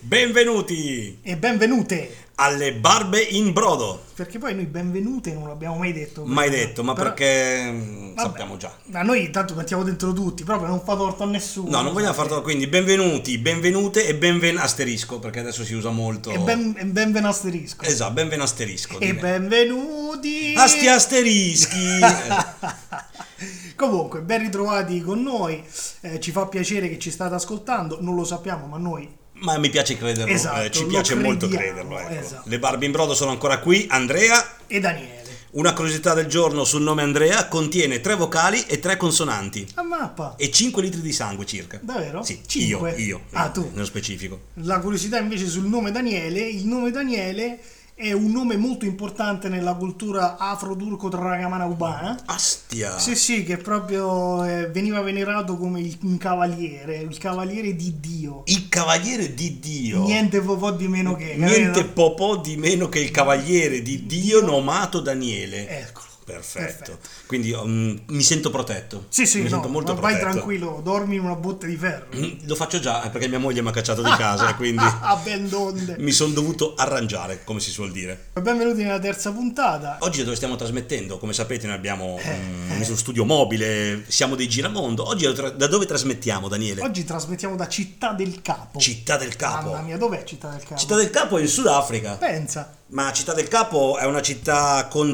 Benvenuti E benvenute! alle Barbe in Brodo. Perché poi noi benvenute non l'abbiamo mai detto. Mai detto, ma Però- perché vabbè, sappiamo già. Ma noi tanto mettiamo dentro tutti, proprio non fa torto a nessuno. No, non vogliamo far torto, quindi benvenuti, benvenute e asterisco, perché adesso si usa molto. E benven asterisco. Esatto, benven asterisco. E benvenuti! Asti asterischi. Comunque, ben ritrovati con noi. Ci fa piacere che ci state ascoltando. Non lo sappiamo, ma noi... Ma mi piace crederlo, Esatto, ci lo piace molto crediamo, crederlo. Ecco. esatto. Le Barbe in Brodo sono ancora qui, Andrea. E Daniele. Una curiosità del giorno sul nome Andrea: contiene 3 vocali e 3 consonanti. A mappa. E 5 litri di sangue circa. Davvero? Sì, 5? io. Ah, tu. Nello specifico. La curiosità invece sul nome Daniele, il nome Daniele è un nome molto importante nella cultura afro-turco-tragamana cubana. Astia. Sì, che proprio veniva venerato come un cavaliere, il cavaliere di Dio. Il cavaliere di Dio. Niente po' di meno che. Niente capito? po' di meno che il cavaliere di Dio nomato Daniele. Eccolo. Perfetto. Quindi mi sento protetto. Sì, mi sento molto vai protetto. tranquillo, dormi in una botte di ferro. Lo faccio già perché mia moglie mi ha cacciato di casa e quindi A ben donde. mi sono dovuto arrangiare, come si suol dire. Benvenuti nella terza puntata. Oggi dove stiamo trasmettendo, come sapete, noi abbiamo messo un studio mobile, siamo dei giramondo. Oggi da dove trasmettiamo, Daniele? Oggi trasmettiamo da Città del Capo. Città del Capo. Mamma mia, dov'è Città del Capo? Città del Capo è in Sudafrica. Pensa. Ma Città del Capo è una città con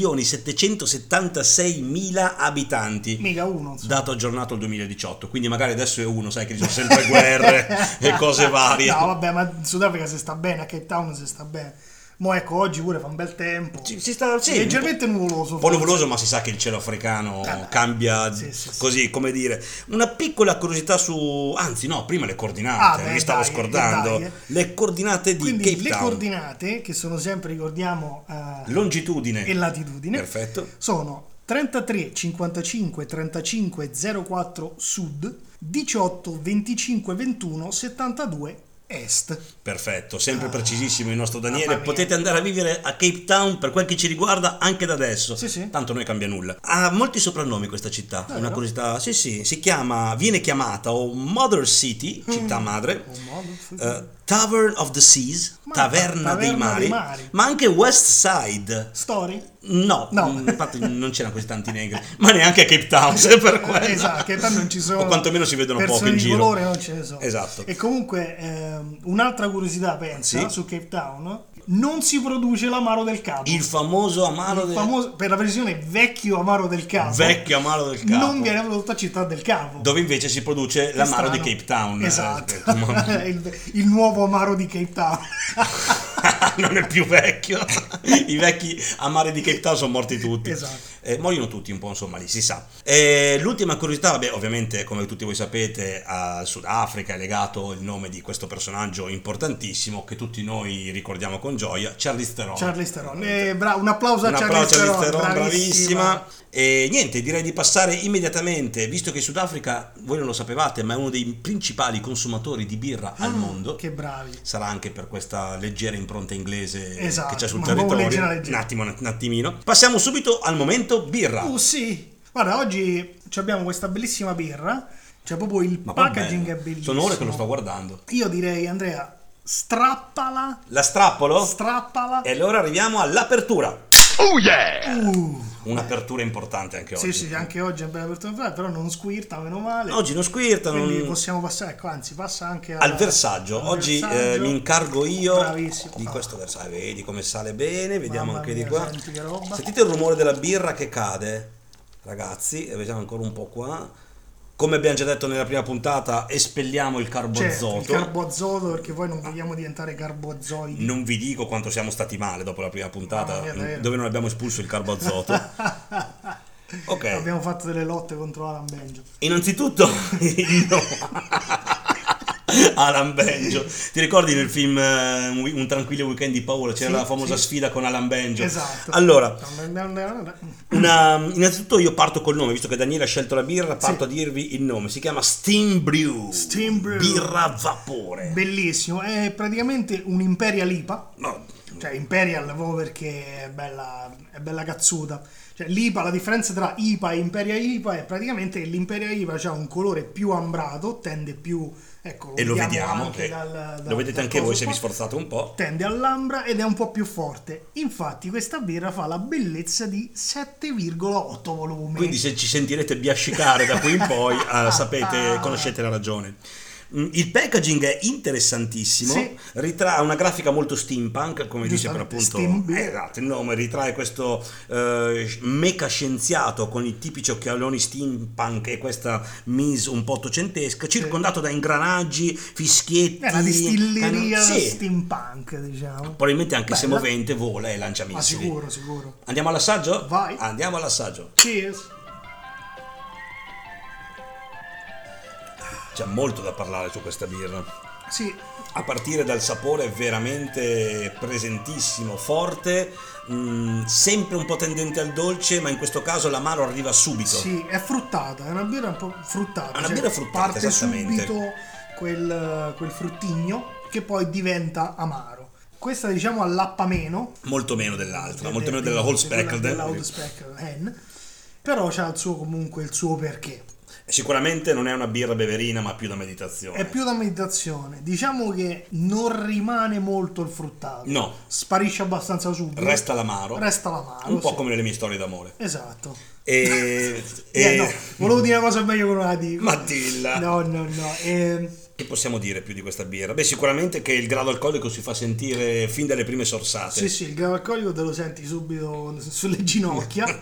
3.776.000 abitanti. Mica uno, insomma. Dato aggiornato al 2018, quindi magari adesso è uno, sai che ci sono sempre guerre e cose varie. No, vabbè, ma in Sudafrica si sta bene, a Cape Town si sta bene. Mo' ecco, oggi pure fa un bel tempo. Si sta, sì, Leggermente nuvoloso. un po' nuvoloso, ma si sa che il cielo africano cambia sì. così, come dire. Una piccola curiosità su... Anzi no, prima le coordinate, beh, mi stavo dai, scordando. dai. Le coordinate di Quindi Cape le Town. coordinate, che sono sempre, ricordiamo, Longitudine. e latitudine, Perfetto. sono 33 55 35 04 sud, 18 25 21 72 est. Perfetto, sempre precisissimo il nostro Daniele. mamma mia. Potete andare a vivere a Cape Town per quel che ci riguarda anche da adesso. Sì. Tanto noi cambia nulla. Ha molti soprannomi questa città. Davvero? Una curiosità. Sì, viene chiamata o Mother City, città madre. Tavern of the Seas, taverna dei mari, ma anche West Side. Story? No, infatti non c'erano così tanti negri, ma neanche a Cape Town, se per quello. Esatto, che tanto non ci sono. O quantomeno si vedono poco persone in di giro. colore non ce ne sono. Esatto. E comunque un'altra curiosità, pensa, Sì. su Cape Town, non si produce l'amaro del capo. Il famoso amaro del famoso, per la versione vecchio amaro del capo. vecchio amaro del Capo. Non viene prodotto a Città del Capo. Dove invece si produce l'amaro di strano. Cape Town. Esatto. il nuovo amaro di Cape Town. Non è più vecchio. I vecchi amari di Cape Town sono morti tutti. Esatto. Muoiono tutti un po', insomma, lì si sa. L'ultima curiosità, vabbè, ovviamente, come tutti voi sapete, al Sudafrica è legato il nome di questo personaggio importantissimo che tutti noi ricordiamo con gioia, Charlize Theron. Charlize Theron. Un applauso a Un Charlize applauso a Theron, Charlize Theron, bravissima. E niente, direi di passare immediatamente, visto che il Sudafrica, voi non lo sapevate, ma è uno dei principali consumatori di birra al mondo. Che bravi. Sarà anche per questa leggera impronta inglese Esatto, che c'è sul ma proprio territorio. leggera. Un attimino. Passiamo subito al momento birra. Sì. Guarda, oggi abbiamo questa bellissima birra. Cioè proprio il Ma packaging bello. è bellissimo. Sono ore che lo sto guardando. Io direi, Andrea, strappala. La strappolo? Strappala. E allora arriviamo all'apertura. Oh yeah! Un'apertura importante anche oggi. Sì, anche oggi è bella apertura, però non squirta, meno male. Oggi non squirta, Quindi possiamo passare, ecco, anzi, passa anche al versaggio. Oggi versaggio. mi incargo io Bravissimo. di questo versaggio. Vedi come sale bene, vediamo Mamma anche mia, di qua. senti che roba. Sentite il rumore della birra che cade, ragazzi, e vediamo ancora un po' qua. Come abbiamo già detto nella prima puntata, espelliamo il carboazoto. Certo, il carboazoto, perché poi non vogliamo diventare carboazoidi. Non vi dico quanto siamo stati male dopo la prima puntata, Mamma mia, davvero. dove non abbiamo espulso il carboazoto. Ok. Abbiamo fatto delle lotte contro Alan Benjo. Innanzitutto, no. Alan Benjo. Ti ricordi nel film Un tranquillo weekend di Paolo c'era Sì, la famosa sì. sfida con Alan Benjo? Esatto. Allora, innanzitutto io parto col nome, visto che Daniele ha scelto la birra, parto a dirvi il nome. Si chiama Steam Brew. Steam Brew. Birra a vapore. Bellissimo, è praticamente un Imperial IPA. No, Cioè Imperial proprio perché è bella cazzuta. Cioè l'IPA, la differenza tra IPA e Imperial IPA è praticamente che l'Imperial IPA ha un colore più ambrato, tende più, ecco, E lo vediamo, anche lo vedete anche voi se vi sforzate un po'. tende all'ambra ed è un po' più forte. Infatti questa birra fa la bellezza di 7,8 volumi. Quindi se ci sentirete biascicare da qui in poi, sapete, conoscete la ragione. Il packaging è interessantissimo, Sì. ritrae una grafica molto steampunk, come dice per appunto Steam beer. esatto, il nome ritrae questo mecha scienziato con i tipici occhialoni steampunk e questa mise un po' ottocentesca, circondato da ingranaggi, fischietti, È una distilleria sì. steampunk, diciamo. Probabilmente anche se Bella. movente vola e lancia Ma missili. sicuro. Andiamo all'assaggio? Vai. Andiamo all'assaggio. Cheers. C'è molto da parlare su questa birra. Sì, A partire dal sapore veramente presentissimo, forte, sempre un po' tendente al dolce, ma in questo caso l'amaro arriva subito. sì, è fruttata, è una birra un po' fruttata. È una birra fruttata, parte esattamente. subito quel fruttigno che poi diventa amaro. Questa diciamo allappa meno. Molto meno dell'altra, molto meno della Whole Speckled. Della Old Speckled Hen. Però c'ha comunque il suo perché. Sicuramente non è una birra beverina, ma più da meditazione. È più da meditazione. Diciamo che non rimane molto il fruttato. No. Sparisce abbastanza subito. Resta l'amaro. Resta l'amaro. Un po' sì. come nelle mie storie d'amore. Esatto. E, No, volevo dire una cosa meglio che non la dico. Ma dilla. No. Che possiamo dire più di questa birra? Beh, sicuramente che il grado alcolico si fa sentire fin dalle prime sorsate. Sì, il grado alcolico te lo senti subito sulle ginocchia.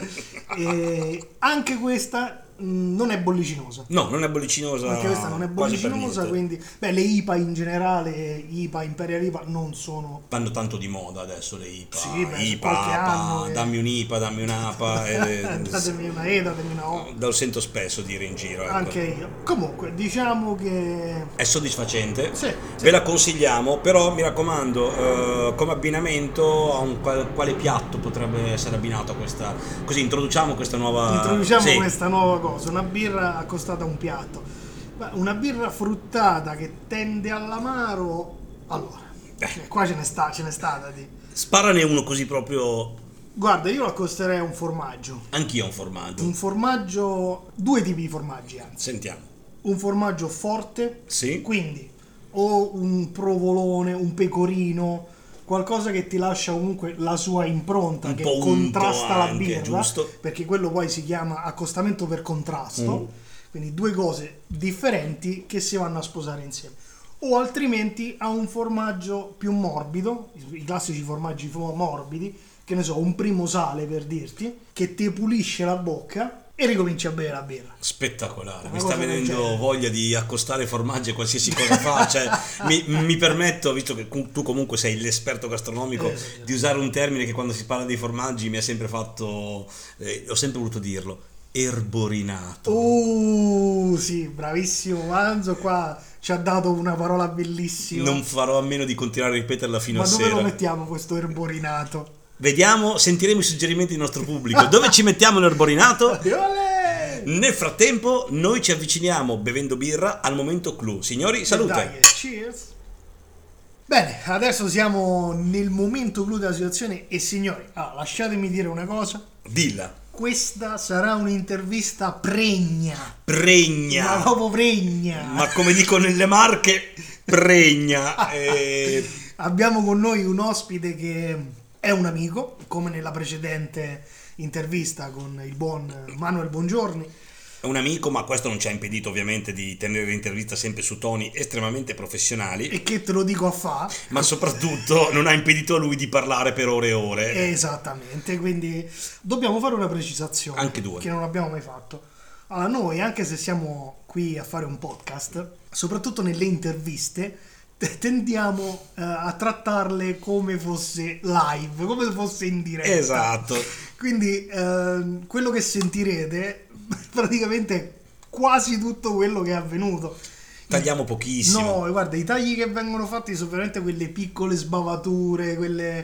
E anche questa non è bollicinosa. No, non è bollicinosa. Anche questa non è quasi per bollicinosa, niente. quindi le IPA in generale, IPA, Imperial IPA, non sono. Vanno tanto di moda adesso le IPA. Sì, beh, IPA, qualche APA, anno che- dammi un'IPA, dammi un'APA. Datemi una E, datemi una O. Lo sento spesso dire in giro. Ecco. Anche io. Comunque, diciamo che. È soddisfacente, Sì. ve la consigliamo, però mi raccomando, come abbinamento a quale piatto potrebbe essere abbinato a questa, così introduciamo questa nuova. Introduciamo Sì. questa nuova cosa, una birra accostata a un piatto. Ma una birra fruttata che tende all'amaro. Allora, qua ce ne sta da dire. Sparane uno così proprio. Guarda, io lo accosterei a un formaggio. Anch'io ho un formaggio. Un formaggio, due tipi di formaggi anzi. Sentiamo. Un formaggio forte, Sì. quindi o un provolone, un pecorino, qualcosa che ti lascia comunque la sua impronta, Un che po' unto contrasta la anche, birra, giusto. perché quello poi si chiama accostamento per contrasto, quindi due cose differenti che si vanno a sposare insieme. O altrimenti a un formaggio più morbido, i classici formaggi morbidi, che ne so, un primo sale per dirti, che ti pulisce la bocca e ricominci a bere la birra. Spettacolare, Una mi sta cosa del venendo genere. voglia di accostare formaggi a qualsiasi cosa fa, cioè, mi permetto, visto che tu comunque sei l'esperto gastronomico, Esatto. di usare un termine che quando si parla dei formaggi mi ha sempre fatto, ho sempre voluto dirlo, erborinato. Sì, bravissimo Manzo, qua ci ha dato una parola bellissima. Non farò a meno di continuare a ripeterla fino Ma a dove sera. lo mettiamo questo erborinato? Vediamo, sentiremo i suggerimenti del nostro pubblico. Dove ci mettiamo l'erborinato? Olè! Nel frattempo noi ci avviciniamo, bevendo birra, al momento clou. Signori, salute! Dai, cheers! Bene, adesso siamo nel momento clou della situazione e signori, lasciatemi dire una cosa. Dilla. Questa sarà un'intervista pregna. Pregna. Ma proprio pregna. Ma come dico nelle Marche, pregna. Abbiamo con noi un ospite che è un amico, come nella precedente intervista con il buon Manuel Bongiorni. È un amico, ma questo non ci ha impedito ovviamente di tenere l'intervista sempre su toni estremamente professionali. E che te lo dico a fa? Ma soprattutto non ha impedito a lui di parlare per ore e ore. Esattamente, quindi dobbiamo fare una precisazione. Anche due. Che non abbiamo mai fatto. Allora, noi, anche se siamo qui a fare un podcast, soprattutto nelle interviste, tendiamo a trattarle come fosse live, come se fosse in diretta. Esatto. Quindi quello che sentirete praticamente è quasi tutto quello che è avvenuto. Tagliamo pochissimo. No, guarda, i tagli che vengono fatti sono veramente quelle piccole sbavature,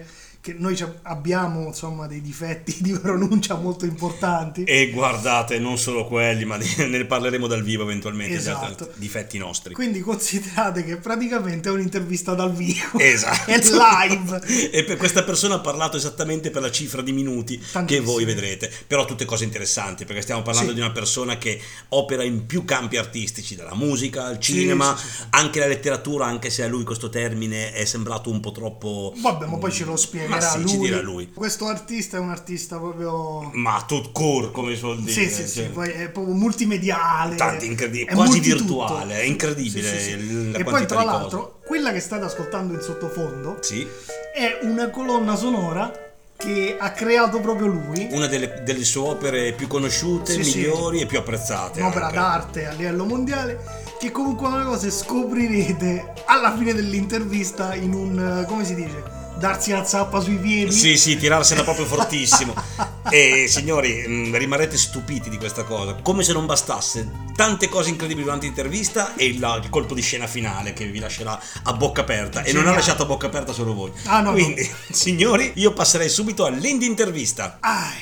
che noi abbiamo insomma dei difetti di pronuncia molto importanti. E guardate, non solo quelli, ma ne parleremo dal vivo eventualmente, Esatto. di difetti nostri. Quindi considerate che praticamente è un'intervista dal vivo. Esatto. È live. E per questa persona ha parlato esattamente per la cifra di minuti Tantissimo. che voi vedrete. Però tutte cose interessanti, perché stiamo parlando di una persona che opera in più campi artistici, dalla musica al cinema, sì. anche la letteratura, anche se a lui questo termine è sembrato un po' troppo... Vabbè, ma poi ce lo spiegherà sì, lui. ci dirà lui. Questo artista è un artista proprio... Ma tout court, come si vuol dire. Sì, poi è proprio multimediale. Tanto incredibile, è quasi multitutto. virtuale, è incredibile Sì. la E poi quantità tra di l'altro, cose. quella che state ascoltando in sottofondo Sì, è una colonna sonora che ha creato proprio lui. una delle sue opere più conosciute, Sì. migliori e più apprezzate. Un'opera anche. d'arte a livello mondiale, che comunque una cosa scoprirete alla fine dell'intervista in un, come si dice, darsi la zappa sui piedi. Sì, tirarsela proprio fortissimo. E signori, rimarrete stupiti di questa cosa. Come se non bastasse, tante cose incredibili durante l'intervista e il colpo di scena finale che vi lascerà a bocca aperta. E non ha Geniale. lasciato a bocca aperta solo voi. Ah, no, Quindi, signori, io passerei subito all'indie intervista.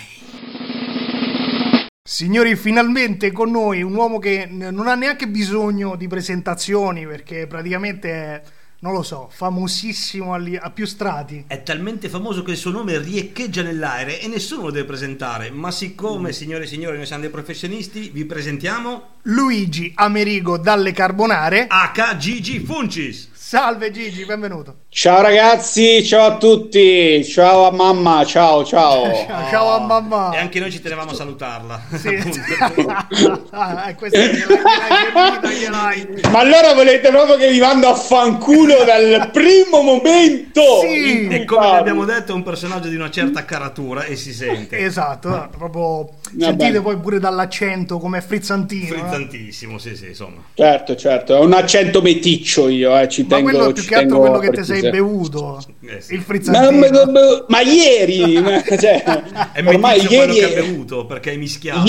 Signori, finalmente con noi un uomo che non ha neanche bisogno di presentazioni, perché praticamente è, non lo so, famosissimo a più strati. È talmente famoso che il suo nome riecheggia nell'aere e nessuno lo deve presentare. Ma siccome, signore e signori, noi siamo dei professionisti, vi presentiamo Luigi Amerigo dalle Carbonare. H. Gigi Funcis. Salve Gigi, benvenuto. Ciao ragazzi, ciao a tutti, ciao a mamma, ciao. Ciao a mamma. E anche noi ci tenevamo a salutarla. Sì. Appunto. Questa gliel'hai. Ma allora volete proprio che vi mando a fanculo dal primo momento? Sì. E come vi abbiamo detto è un personaggio di una certa caratura e si sente. Esatto, proprio sentite poi pure dall'accento come frizzantino. Frizzantissimo, sì, insomma. Certo, è un accento meticcio io, ci Ma tengo. quello più che altro tengo quello che a ti sei precisare. bevuto, Sì. il frizzantino. Ma ieri, cioè, È ormai meticcio quello ieri che ha bevuto perché hai mischiato.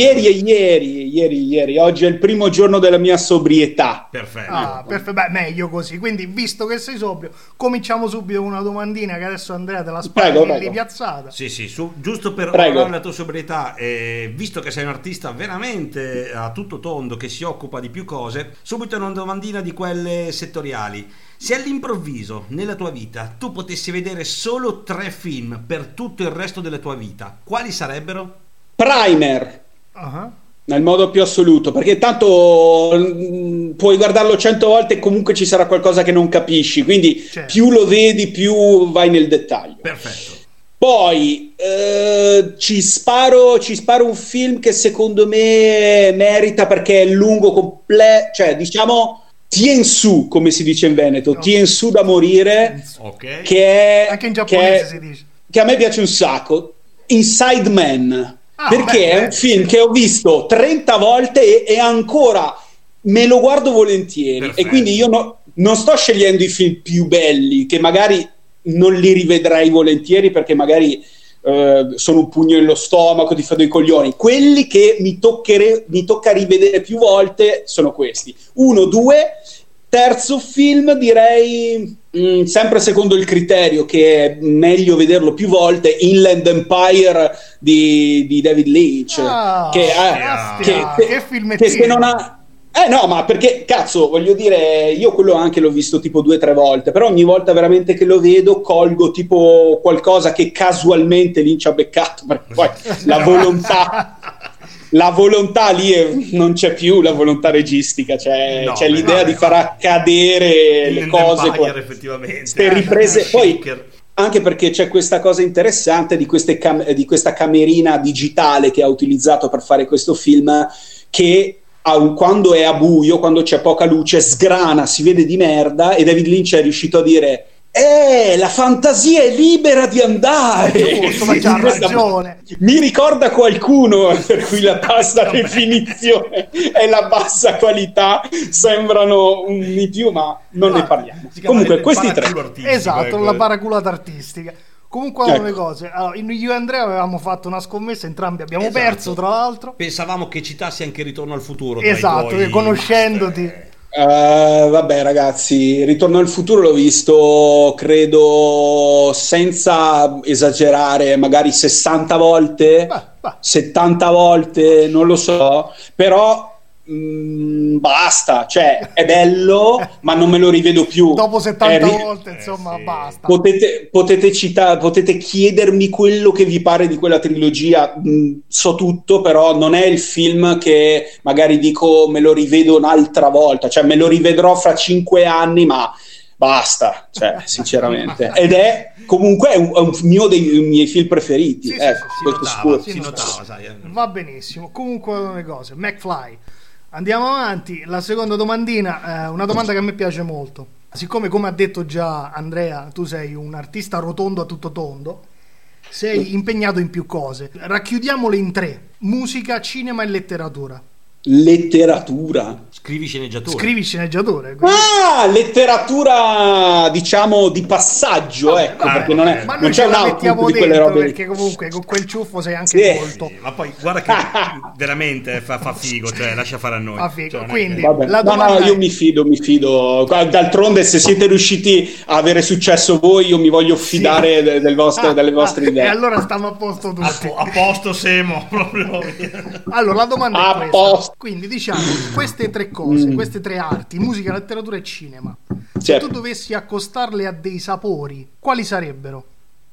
ieri, oggi è il primo giorno della mia sobrietà. Perfetto. Perfetto, beh, meglio così. Quindi, visto che sei sobrio, cominciamo subito con una domandina che adesso Andrea te la spara lì Prego. piazzata. Sì, giusto per Prego. onorare la tua sobrietà, visto che sei un artista veramente a tutto tondo che si occupa di più cose, subito una domandina di quelle settoriali. Se all'improvviso nella tua vita tu potessi vedere solo 3 film per tutto il resto della tua vita, quali sarebbero? Primer. Uh-huh. Nel modo più assoluto, perché tanto puoi guardarlo 100 volte e comunque ci sarà qualcosa che non capisci, quindi Certo. più lo vedi più vai nel dettaglio. Perfetto. Poi ci sparo un film che secondo me merita perché è lungo, cioè diciamo tien su, come si dice in Veneto, tien su da morire, Ok. che è, Anche in giapponese si dice. che a me piace un sacco, Inside Man, perché beh, è un film che ho visto 30 volte e ancora me lo guardo volentieri. Perfetto. E quindi io non sto scegliendo i film più belli, che magari non li rivedrei volentieri perché magari sono un pugno nello stomaco, ti fa dei coglioni. Quelli che mi tocca rivedere più volte sono questi. 1, 2. Terzo film direi sempre secondo il criterio che è meglio vederlo più volte, Inland Empire di David Lynch, che film che se non ha no, ma perché cazzo, voglio dire, io quello anche l'ho visto tipo 2 o 3 volte, però ogni volta veramente che lo vedo colgo tipo qualcosa che casualmente Lynch ha beccato, perché poi la volontà lì non c'è più, la volontà registica, c'è l'idea di far accadere le cose, effettivamente. queste riprese, poi anche perché c'è questa cosa interessante di questa camerina digitale che ha utilizzato per fare questo film, che quando è a buio, quando c'è poca luce, sgrana, si vede di merda, e David Lynch è riuscito a dire la fantasia è libera di andare. Ma c'ha ragione. Mi ricorda qualcuno per cui la bassa definizione e la bassa qualità sembrano di più, ma non ne parliamo. Comunque questi 3. Esatto, la paraculata artistica. Comunque le cose. Allora, io e Andrea avevamo fatto una scommessa, entrambi abbiamo perso, tra l'altro. Pensavamo che citassi anche Ritorno al futuro. Esatto, conoscendoti. Vabbè ragazzi, Ritorno al futuro l'ho visto, credo, senza esagerare, magari 60 volte, 70 volte, non lo so, però basta, cioè è bello, ma non me lo rivedo più. Dopo 70 volte, insomma, sì. Basta. Potete chiedermi quello che vi pare di quella trilogia, so tutto, però non è il film che magari dico me lo rivedo un'altra volta, cioè me lo rivedrò fra 5 anni, ma basta, cioè sinceramente. Ed è comunque un mio dei miei film preferiti. Sì, ecco, si notava, sai. Va benissimo. Comunque le cose, McFly. Andiamo avanti, la seconda domandina, una domanda che a me piace molto. Siccome, come ha detto già Andrea, tu sei un artista rotondo a tutto tondo, sei impegnato in più cose. Racchiudiamole in 3: musica, cinema e letteratura. Letteratura. Scrivi sceneggiature. Letteratura, diciamo, di passaggio, ecco, perché non c'è un output di quelle robe. Perché comunque con quel ciuffo sei anche molto. Sì, ma poi guarda che veramente fa figo, cioè lascia fare a noi. Fa figo. Cioè, quindi la domanda io mi fido. D'altronde, se siete riusciti a avere successo voi, io mi voglio fidare delle vostre idee. E allora stiamo a posto tutti. A posto siamo proprio. Allora la domanda è questa. Quindi diciamo queste 3 cose, queste 3 arti, musica, letteratura e cinema, se tu dovessi accostarle a dei sapori, quali sarebbero?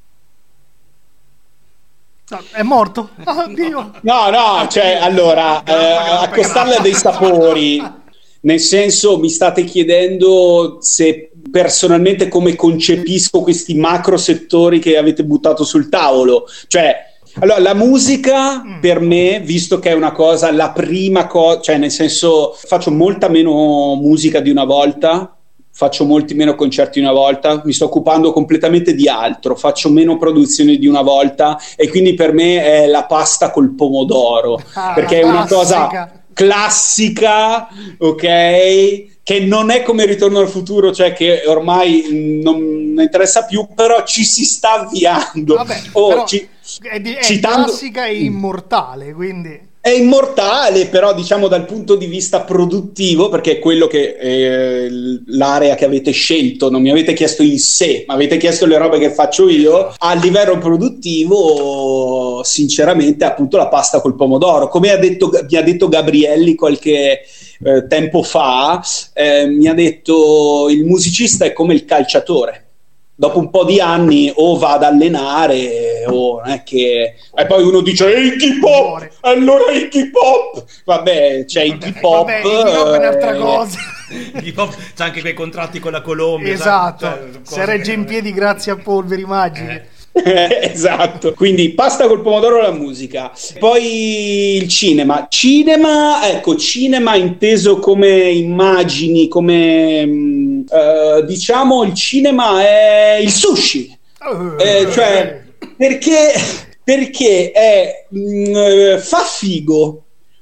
No, è morto? Oddio. No, cioè allora accostarle a dei sapori, nel senso, mi state chiedendo se personalmente come concepisco questi macro settori che avete buttato sul tavolo, cioè allora, la musica per me, visto che è una cosa, la prima cosa, cioè nel senso, faccio molta meno musica di una volta, faccio molti meno concerti di una volta, mi sto occupando completamente di altro, faccio meno produzioni di una volta e quindi per me è la pasta col pomodoro, perché è una cosa classica, ok? Che non è come Ritorno al futuro, cioè che ormai non interessa più, però ci si sta avviando. Vabbè, è classica e immortale, quindi è immortale, però diciamo dal punto di vista produttivo, perché è quello che l'area che avete scelto, non mi avete chiesto in sé, ma avete chiesto le robe che faccio io. A livello produttivo, sinceramente, appunto la pasta col pomodoro, come mi ha detto Gabrielli qualche tempo fa, mi ha detto il musicista è come il calciatore. Dopo un po' di anni o va ad allenare o non è che... E poi uno dice Iggy Pop, allora Iggy Pop, vabbè, c'è Iggy Pop, è un'altra cosa. Iggy Pop c'ha anche quei contratti con la Colombia, esatto, cioè, se regge in piedi grazie a polveri magiche. Esatto, quindi pasta col pomodoro, la musica, poi il cinema inteso come immagini, come diciamo il cinema è il sushi, cioè perché fa figo.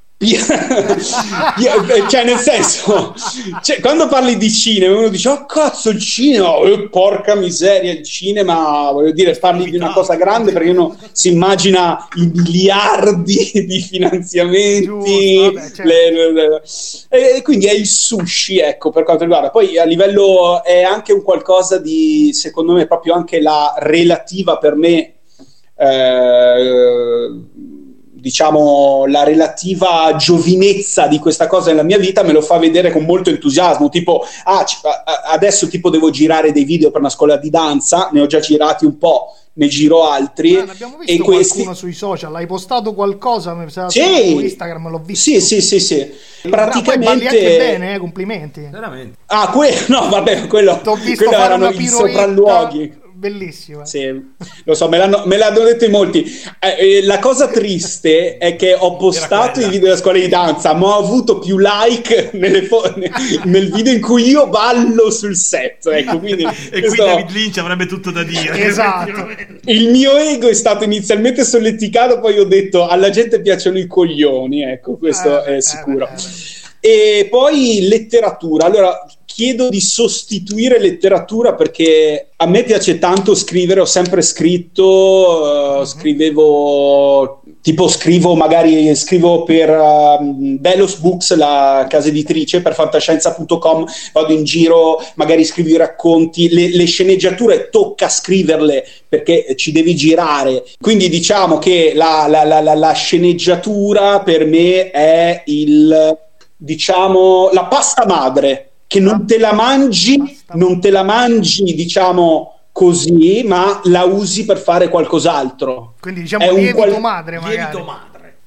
Cioè nel senso, quando parli di cinema uno dice cazzo il cinema, porca miseria il cinema, voglio dire, parli di una cosa grande perché uno si immagina i miliardi di finanziamenti. Giusto, vabbè, certo. E quindi è il sushi, ecco, per quanto riguarda. Poi a livello è anche un qualcosa di, secondo me, proprio anche la relativa per me diciamo la relativa giovinezza di questa cosa nella mia vita me lo fa vedere con molto entusiasmo, tipo adesso tipo devo girare dei video per una scuola di danza, ne ho già girati un po', ne giro altri, abbiamo visto qualcuno sui social, hai postato qualcosa su Instagram, l'ho visto. Sì. Praticamente balli anche bene, complimenti veramente. No vabbè, quello erano i sopralluoghi. Bellissima. Sì, lo so, me l'hanno detto in molti. La cosa triste è che ho postato i video della scuola di danza, ma ho avuto più like nel video in cui io ballo sul set, ecco, quindi e qui David Lynch avrebbe tutto da dire. Esatto. Il mio ego è stato inizialmente solleticato, poi ho detto alla gente piacciono i coglioni, ecco, questo è sicuro. E poi letteratura. Allora chiedo di sostituire letteratura perché a me piace tanto scrivere, ho sempre scritto, scrivevo tipo scrivo per Delos Books, la casa editrice, per fantascienza.com, vado in giro, magari scrivo i racconti, le sceneggiature tocca scriverle perché ci devi girare, quindi diciamo che la sceneggiatura per me è diciamo la pasta madre, che non te la mangi, diciamo così, ma la usi per fare qualcos'altro. Quindi diciamo lievito madre, magari. Lievito madre.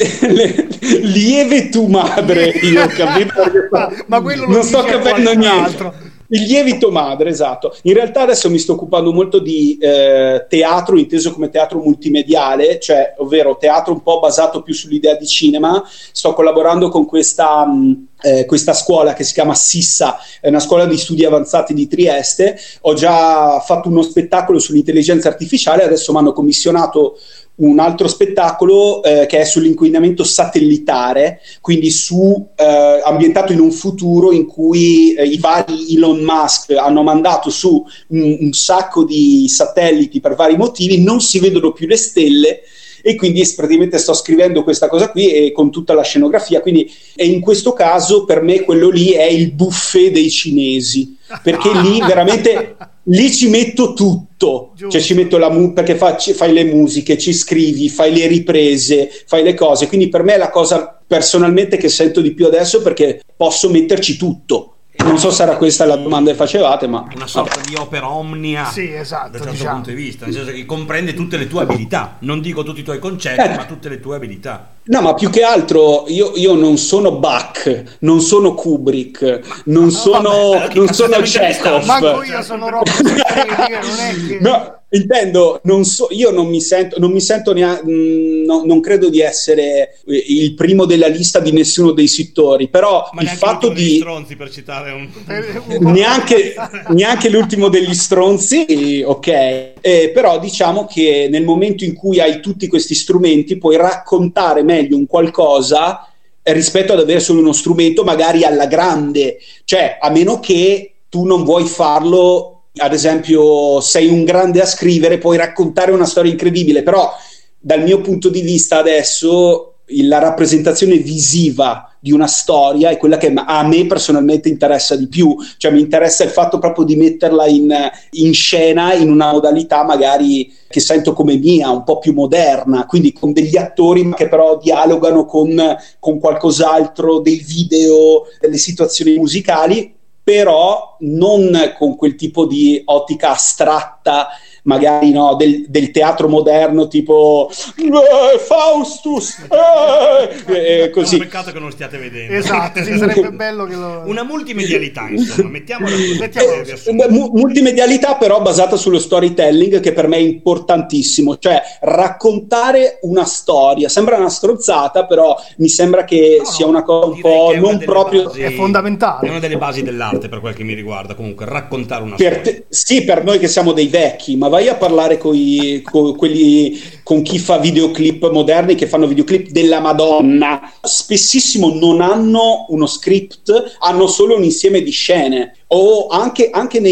Lieve tu madre, io ho capito. Ma quello non sto capendo niente. Il lievito madre, esatto. In realtà adesso mi sto occupando molto di teatro, inteso come teatro multimediale, cioè ovvero teatro un po' basato più sull'idea di cinema. Sto collaborando con questa scuola che si chiama Sissa, è una scuola di studi avanzati di Trieste. Ho già fatto uno spettacolo sull'intelligenza artificiale, adesso mi hanno commissionato un altro spettacolo che è sull'inquinamento satellitare, quindi ambientato in un futuro in cui i vari Elon Musk hanno mandato su un sacco di satelliti per vari motivi, non si vedono più le stelle, e quindi praticamente sto scrivendo questa cosa qui e con tutta la scenografia, quindi, e in questo caso per me quello lì è il buffet dei cinesi, perché lì veramente lì ci metto tutto. Giusto. Cioè ci metto perché fai le musiche, ci scrivi, fai le riprese, fai le cose, quindi per me è la cosa personalmente che sento di più adesso, perché posso metterci tutto. Non so se era questa la domanda che facevate, ma una sorta di opera omnia, sì, esatto, da un certo punto di vista, nel senso che comprende tutte le tue abilità, non dico tutti i tuoi concetti, ma tutte le tue abilità. No, ma più che altro io non sono Bach, non sono Kubrick, non sono Chekhov. Manco io sono Rob non è che... No, intendo, io non mi sento neanche, non credo di essere il primo della lista di nessuno dei sittori, però ma il fatto di stronzi, per citare neanche l'ultimo degli stronzi, ok, però diciamo che nel momento in cui hai tutti questi strumenti puoi raccontare meglio un qualcosa rispetto ad avere solo uno strumento magari alla grande, cioè a meno che tu non vuoi farlo. Ad esempio, sei un grande a scrivere, puoi raccontare una storia incredibile, però dal mio punto di vista adesso la rappresentazione visiva di una storia è quella che a me personalmente interessa di più, cioè mi interessa il fatto proprio di metterla in scena in una modalità magari che sento come mia, un po' più moderna, quindi con degli attori che però dialogano con qualcos'altro, dei video, delle situazioni musicali, però non con quel tipo di ottica astratta, magari no, del teatro moderno tipo Faustus, così. È un peccato che non lo stiate vedendo. Esatto, sì, sarebbe bello che una multimedialità, insomma, mettiamola multimedialità però basata sullo storytelling, che per me è importantissimo, cioè raccontare una storia. Sembra una stronzata, però mi sembra che sia una cosa un po' non proprio è fondamentale, è una delle basi dell'arte per quel che mi riguarda, comunque raccontare una storia. Sì, per noi che siamo dei vecchi, ma vai a parlare con chi fa videoclip moderni, che fanno videoclip della Madonna, spessissimo non hanno uno script, hanno solo un insieme di scene, o anche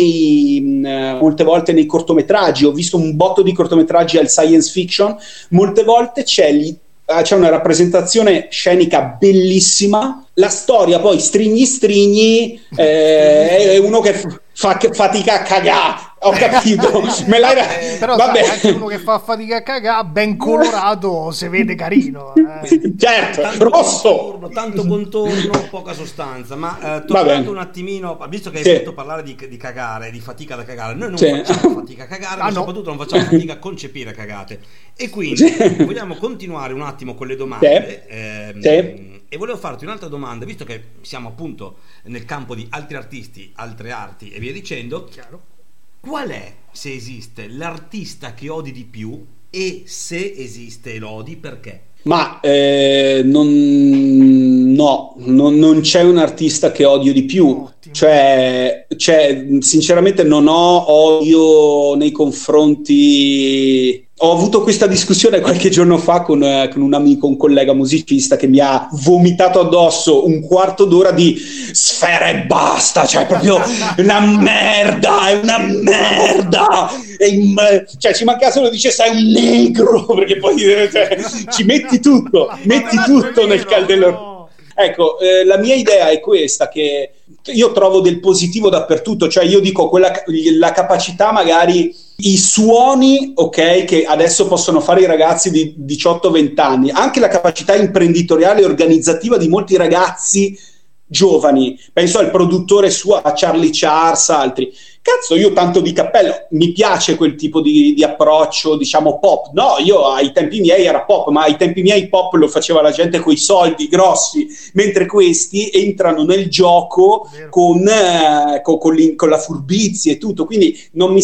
molte volte nei cortometraggi. Ho visto un botto di cortometraggi al science fiction, molte volte c'è una rappresentazione scenica bellissima, la storia poi strigni è uno che fa fatica a cagare. Ho capito, però vabbè. Sai, anche uno che fa fatica a cagare, ben colorato, si vede carino. Certo, rosso. Tanto contorno, poca sostanza. Ma tornando un attimino, visto che hai fatto parlare di cagare, di fatica da cagare, noi non facciamo fatica a cagare, ma soprattutto non facciamo fatica a concepire cagate. E quindi vogliamo continuare un attimo con le domande. E volevo farti un'altra domanda, visto che siamo appunto nel campo di altri artisti, altre arti e via dicendo. Chiaro. Qual è, se esiste, l'artista che odi di più, e se esiste e lo odi, perché? Ma non c'è un artista che odio di più. Cioè, sinceramente non ho odio nei confronti. Ho avuto questa discussione qualche giorno fa con un amico, un collega musicista, che mi ha vomitato addosso un quarto d'ora di Sfera e basta, cioè proprio una merda, è una merda. Cioè ci manca solo dice sei un negro, perché poi ci metti tutto nel calderone. Ecco, la mia idea è questa, che io trovo del positivo dappertutto, cioè io dico la capacità, magari i suoni, ok, che adesso possono fare i ragazzi di 18-20 anni, anche la capacità imprenditoriale e organizzativa di molti ragazzi giovani, penso al produttore suo, a Charlie Charles, altri. Cazzo, io tanto di cappello, mi piace quel tipo di approccio, diciamo pop. No, io ai tempi miei era pop, ma ai tempi miei pop lo faceva la gente coi soldi grossi, mentre questi entrano nel gioco con la furbizia e tutto. Quindi non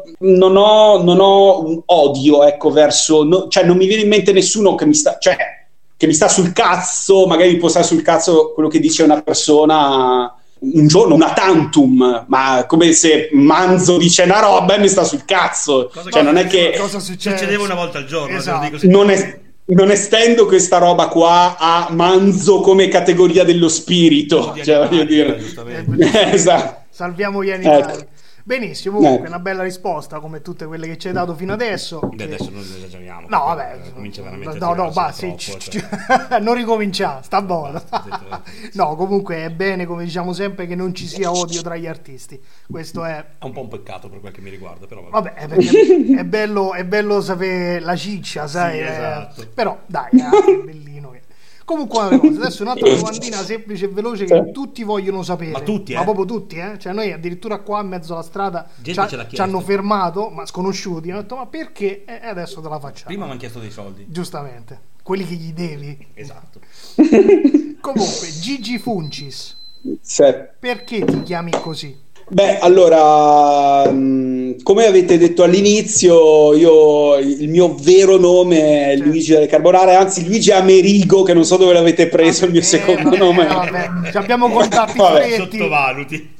ho un odio, ecco, verso, cioè non mi viene in mente nessuno che mi sta sul cazzo, magari mi può stare sul cazzo quello che dice una persona un giorno, una tantum, ma come se Manzo dice una roba e mi sta sul cazzo. Non è che cosa succedeva una volta al giorno, esatto. non estendo questa roba qua a Manzo come categoria dello spirito, cioè, voglio dire. Esatto. Salviamo gli animali. Benissimo, comunque una bella risposta come tutte quelle che ci hai dato fino adesso. Adesso non esageriamo. No, vabbè, comincia veramente non ricominciare, sta buono. No, comunque è bene, come diciamo sempre, che non ci sia odio tra gli artisti. Questo è un po' un peccato per quel che mi riguarda, però vabbè, perché è bello sapere la ciccia, sai? Sì, esatto. Però dai, è bellino. Comunque una cosa, adesso un'altra domandina semplice e veloce che tutti vogliono sapere, ma proprio tutti, cioè noi addirittura qua in mezzo alla strada ci hanno fermato, ma sconosciuti, hanno detto ma perché? E adesso te la facciamo. Prima mi hanno chiesto dei soldi, giustamente, quelli che gli devi. Esatto. Comunque Gigi Funcis, sì. Perché ti chiami così? Beh, allora, come avete detto all'inizio, il mio vero nome è Luigi delle Carbonara, anzi Luigi Amerigo, che non so dove l'avete preso il mio secondo nome. Vabbè, abbiamo contatti stretti. Sottovaluti.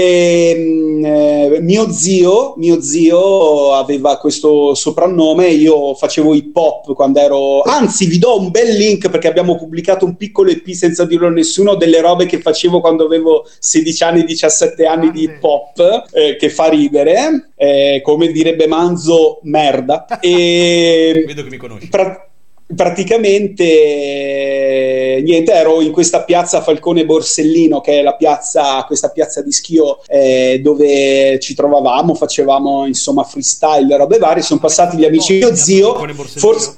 Mio zio aveva questo soprannome. Io facevo hip hop quando ero, anzi vi do un bel link perché abbiamo pubblicato un piccolo EP senza dirlo a nessuno delle robe che facevo quando avevo 16 anni, 17 anni di hip hop, che fa ridere, come direbbe Manzo, merda. E vedo che mi conosci. Praticamente niente, ero in questa piazza Falcone Borsellino, che è questa piazza di Schio, dove ci trovavamo, facevamo insomma freestyle, robe varie. Sono passati gli amici di mio zio, forse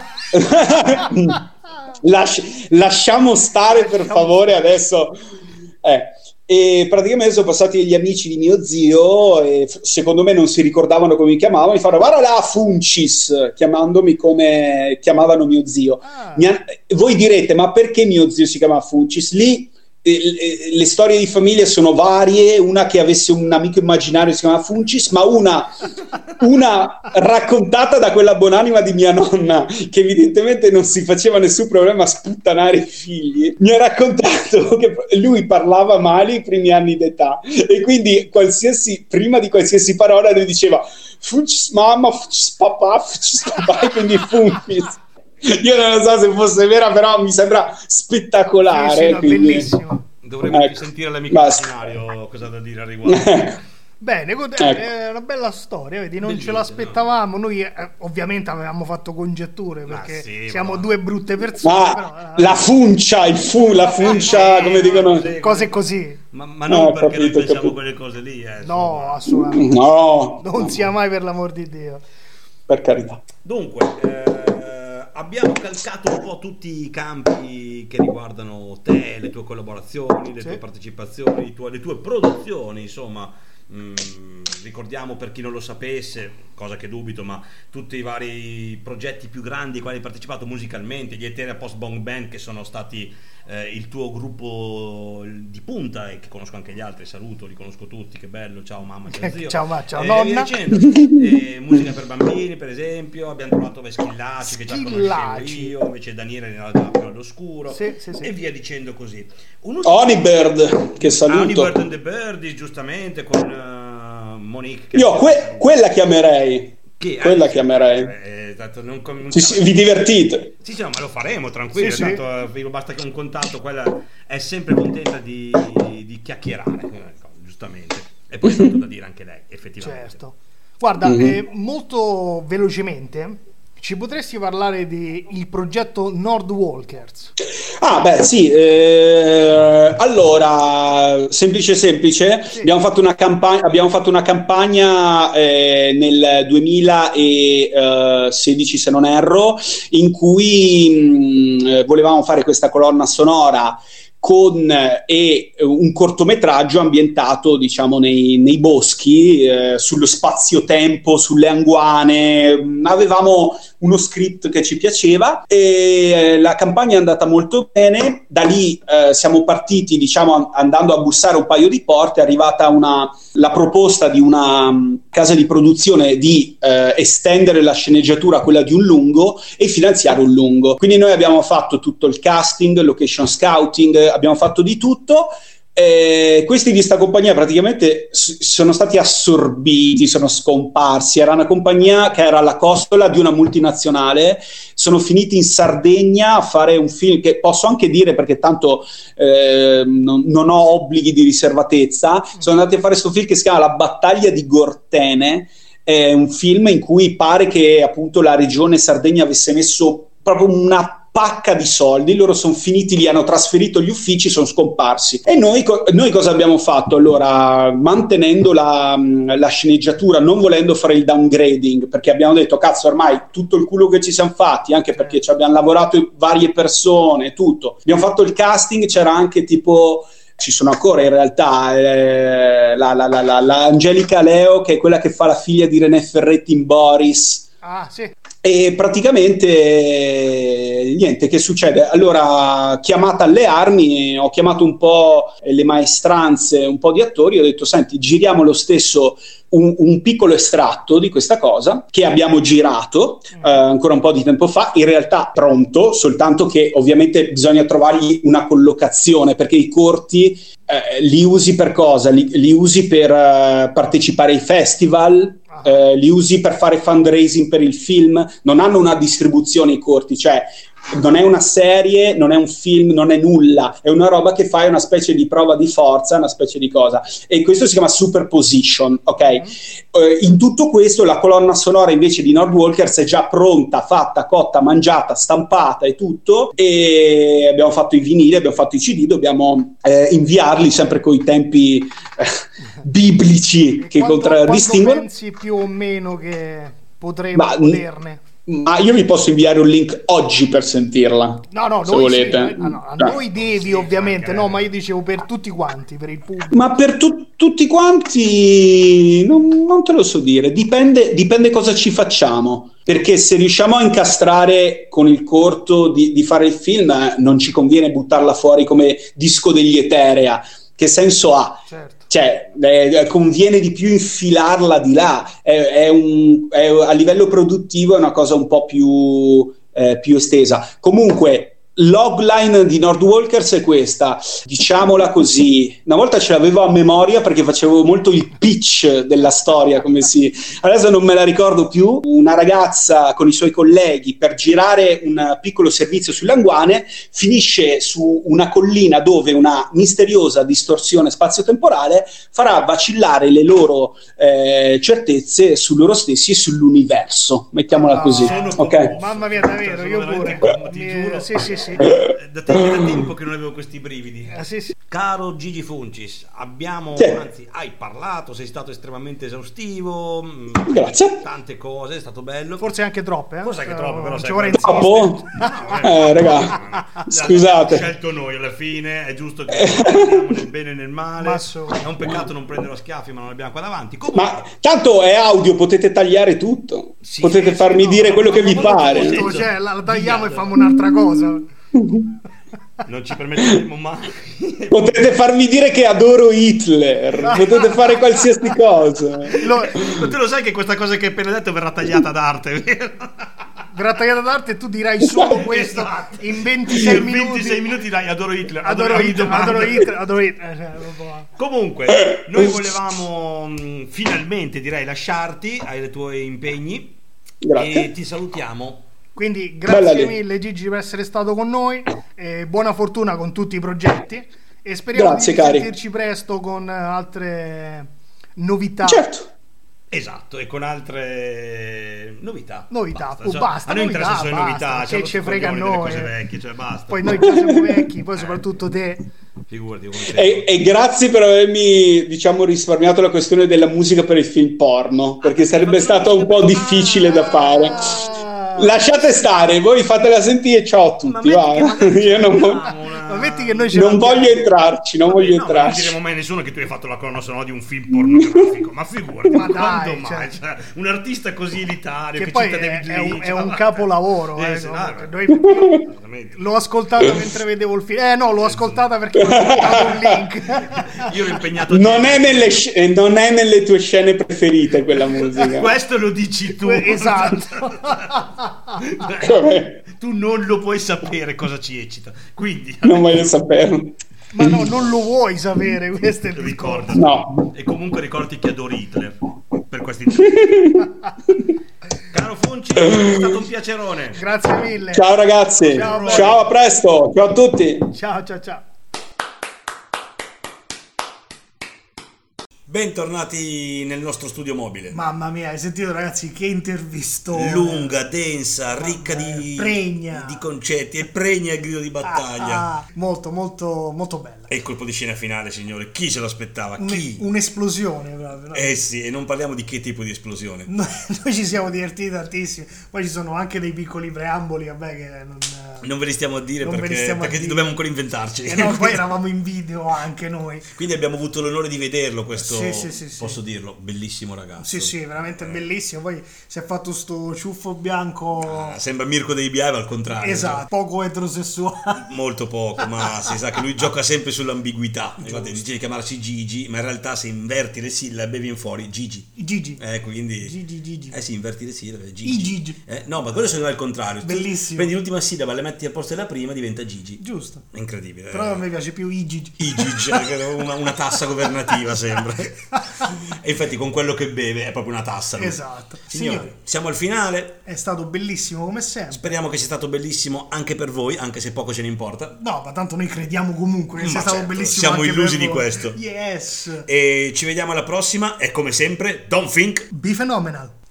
lasciamo stare per favore adesso. E praticamente sono passati gli amici di mio zio e secondo me non si ricordavano come mi chiamavano, mi fanno guarda là Funcis, chiamandomi come chiamavano mio zio. Voi direte ma perché mio zio si chiama Funcis? Lì le storie di famiglia sono varie, una che avesse un amico immaginario si chiama Funcis, ma una raccontata da quella buonanima di mia nonna, che evidentemente non si faceva nessun problema a sputtanare i figli, mi ha raccontato che lui parlava male i primi anni d'età e quindi prima di qualsiasi parola lui diceva Funcis mamma, Funcis papà, e quindi Funcis. Io non so se fosse vera, però mi sembra spettacolare. Sì, quindi bellissimo. Dovremmo sentire l'amico immaginario cosa da dire a riguardo. Bene, è una bella storia, vedi, non ce l'aspettavamo. Noi ovviamente avevamo fatto congetture perché siamo due brutte persone. Però, la funcia, la funcia, come dicono, cose così. Ma non perché noi pensiamo quelle cose lì. No, assolutamente. No. Non sia mai, per l'amor di Dio. Per carità. Dunque, abbiamo calcato un po' tutti i campi che riguardano te, le tue collaborazioni, le tue partecipazioni, le tue produzioni, insomma, Ricordiamo, per chi non lo sapesse, cosa che dubito, ma tutti i vari progetti più grandi ai quali hai partecipato musicalmente, gli Eteria Post Bong Band, che sono stati il tuo gruppo di punta, e che conosco anche gli altri, saluto, li conosco tutti, che bello, ciao mamma, ciao zio, ciao nonna. Musica per bambini, per esempio, abbiamo trovato Schillaci, che già conoscevo io, invece Daniele era già più all'oscuro, e via dicendo così. Honey che saluto. Honeybird and the Birdies, giustamente, con Monique. Io quella chiamerei. Quella chiamerei. Vi divertite? Sì, ma lo faremo tranquillo. Tanto, basta che un contatto, quella è sempre contenta di chiacchierare, giustamente. E poi è tanto da dire anche lei, effettivamente. Certo. Guarda, molto velocemente, ci potresti parlare del progetto Nordwalkers? Beh, sì. Allora, semplice. Sì. Abbiamo fatto una campagna nel 2016, se non erro, in cui volevamo fare questa colonna sonora con un cortometraggio ambientato, diciamo, nei boschi, sullo spazio-tempo, sulle anguane. Avevamo uno script che ci piaceva e la campagna è andata molto bene. Da lì siamo partiti, diciamo, andando a bussare un paio di porte. È arrivata la proposta di una casa di produzione di estendere la sceneggiatura a quella di un lungo e finanziare un lungo. Quindi noi abbiamo fatto tutto il casting, location scouting, abbiamo fatto di tutto. Questi di sta compagnia praticamente sono stati assorbiti, sono scomparsi. Era una compagnia che era la costola di una multinazionale, sono finiti in Sardegna a fare un film che posso anche dire, perché tanto non ho obblighi di riservatezza. Sono andati a fare questo film che si chiama La battaglia di Gortene. È un film in cui pare che appunto la regione Sardegna avesse messo proprio una pacca di soldi. Loro sono finiti lì, hanno trasferito gli uffici, sono scomparsi. E noi cosa abbiamo fatto? Allora, mantenendo la sceneggiatura, non volendo fare il downgrading, perché abbiamo detto, cazzo, ormai tutto il culo che ci siamo fatti, anche perché ci abbiamo lavorato varie persone, tutto. Abbiamo fatto il casting, c'era anche tipo... Ci sono ancora in realtà la Angelica Leo, che è quella che fa la figlia di René Ferretti in Boris. Sì. E praticamente niente, che succede? Allora, chiamata alle armi, ho chiamato un po' le maestranze, un po' di attori, ho detto, senti, giriamo lo stesso un piccolo estratto di questa cosa che abbiamo girato ancora un po' di tempo fa, in realtà pronto, soltanto che ovviamente bisogna trovargli una collocazione, perché i corti li usi per cosa? Li usi per partecipare ai festival, li usi per fare fundraising per il film, non hanno una distribuzione i corti, cioè non è una serie, non è un film, non è nulla, è una roba che fai, una specie di prova di forza, una specie di cosa, e questo si chiama superposition, ok? In tutto questo la colonna sonora invece di Nordwalkers è già pronta, fatta, cotta, mangiata, stampata e tutto, e abbiamo fatto i vinili, abbiamo fatto i CD, dobbiamo inviarli sempre con i tempi biblici che contraddistinguono. Pensi più o meno che potremo goderne? Ma io vi posso inviare un link oggi per sentirla. No, se volete. Sì, a noi devi, ovviamente, no, ma io dicevo per tutti quanti, per il pubblico. Ma per tutti quanti non te lo so dire, dipende cosa ci facciamo, perché se riusciamo a incastrare con il corto di fare il film, non ci conviene buttarla fuori come disco degli Eterea. Che senso ha? Certo. Cioè, conviene di più infilarla di là, a livello produttivo è una cosa un po' più estesa. Comunque, logline di Nordwalkers è questa, diciamola così, una volta ce l'avevo a memoria perché facevo molto il pitch della storia, adesso non me la ricordo più. Una ragazza con i suoi colleghi, per girare un piccolo servizio sulle Anguane, finisce su una collina dove una misteriosa distorsione spazio-temporale farà vacillare le loro certezze su loro stessi e sull'universo, mettiamola così. Ok. Mamma mia, davvero, io pure. Ti giuro. Sì. sì. Da tempo che non avevo questi brividi. Sì, sì. Caro Gigi Funcis, Sì. anzi, hai parlato, sei stato estremamente esaustivo. Grazie. Tante cose, è stato bello. Forse anche troppe, Forse anche troppe, però ci sai, vuole Troppo? Raga, scusate. Abbiamo scelto noi alla fine, è giusto che parliamo nel bene e nel male. È un peccato non prendere a schiaffi, ma non abbiamo qua davanti. Comunque, Ma tanto è audio, potete tagliare tutto. Sì, potete sì, farmi no, dire no, quello no, che no, vi no, pare. no, no, Giusto, cioè, la tagliamo e facciamo un'altra cosa. non ci permetteremo mai. Potete farmi dire che adoro Hitler. Potete fare qualsiasi cosa. Ma tu lo sai che questa cosa che hai appena detto verrà tagliata d'arte, vero? Verrà tagliata d'arte e tu dirai solo questo Esatto. in 26 In minuti. 26 minuti dai, adoro Hitler. Adoro Hitler. Comunque, noi volevamo finalmente, direi, lasciarti ai tuoi impegni. Grazie. E ti salutiamo. Quindi grazie Bella mille Gigi per essere stato con noi e buona fortuna con tutti i progetti e speriamo Grazie, di cari. sentirci presto con altre novità. Certo. Esatto, e con altre novità. Basta, A noi novità, interessa solo basta, novità, che siamo ci frega a coglioni delle noi. cose vecchie, cioè basta. Poi noi già siamo vecchi, poi soprattutto te. Figurati come sei. E grazie per avermi, diciamo, risparmiato la questione della musica per il film porno, perché sarebbe stato un po' difficile da fare. Lasciate stare, voi fatela sentire. Ciao a tutti. Io non metti che noi non voglio entrarci, non voglio entrarci. Non diremo mai a nessuno che tu hai fatto la colonna sonora di un film pornografico, ma figurati, Ma quando dai, mai? Cioè, un artista così elitario che poi cita David Lynch, è un capolavoro. sì, Noi- l'ho ascoltata mentre vedevo il film. No, l'ho ascoltata perché mi ha dato un link. Io ero impegnato Non è nelle tue scene preferite quella musica. Questo lo dici tu. Esatto. Tu non lo puoi sapere cosa ci eccita. Quindi Non voglio saperlo. Ma no, non lo vuoi sapere, questo è il ricorda. No. E comunque ricordati che adori Hitler per questi Caro Funci, è stato un piacerone. Grazie mille. Ciao ragazzi. Ciao, a presto. Ciao a tutti. Ciao. Bentornati nel nostro studio mobile. Mamma mia, hai sentito ragazzi che intervistone. Lunga, densa, ricca pregna. di concetti e pregna il grido di battaglia. Molto bella. E il colpo di scena finale, signore, chi se lo aspettava? Chi? Un'esplosione proprio, no? Sì, e non parliamo di che tipo di esplosione. Noi ci siamo divertiti tantissimo. Poi ci sono anche dei piccoli preamboli, vabbè, che non ve li stiamo a dire non ve li perché stiamo a dire. dobbiamo ancora inventarci. No, poi eravamo in video anche noi. Quindi abbiamo avuto l'onore di vederlo questo, Sì. posso dirlo, bellissimo ragazzo. Sì, veramente bellissimo. Poi si è fatto sto ciuffo bianco. Sembra Mirko dei Biave al contrario. Esatto, poco eterosessuale. Molto poco, ma si sa che lui gioca sempre sull'ambiguità. Guardate, dice di chiamarsi Gigi, ma in realtà se inverti le sillabe viene fuori Gigi. Quindi Gigi. sì, inverti le sillabe, Gigi. I Gigi. No, ma quello sono al contrario. Bellissimo. Prendi l'ultima sillaba, la metti al posto della prima, diventa Gigi. Giusto. È incredibile. Però a me piace più i Gigi. I Gigi, una tassa governativa sembra. E infatti con quello che beve è proprio una tassa. Lui. Esatto. Signori, siamo al finale. È stato bellissimo come sempre. Speriamo che sia stato bellissimo anche per voi, anche se poco ce ne importa. No, ma tanto noi crediamo comunque che sia stato certo, bellissimo. siamo anche illusi per di voi. questo. Yes. E ci vediamo alla prossima e come sempre, don't think. Be phenomenal.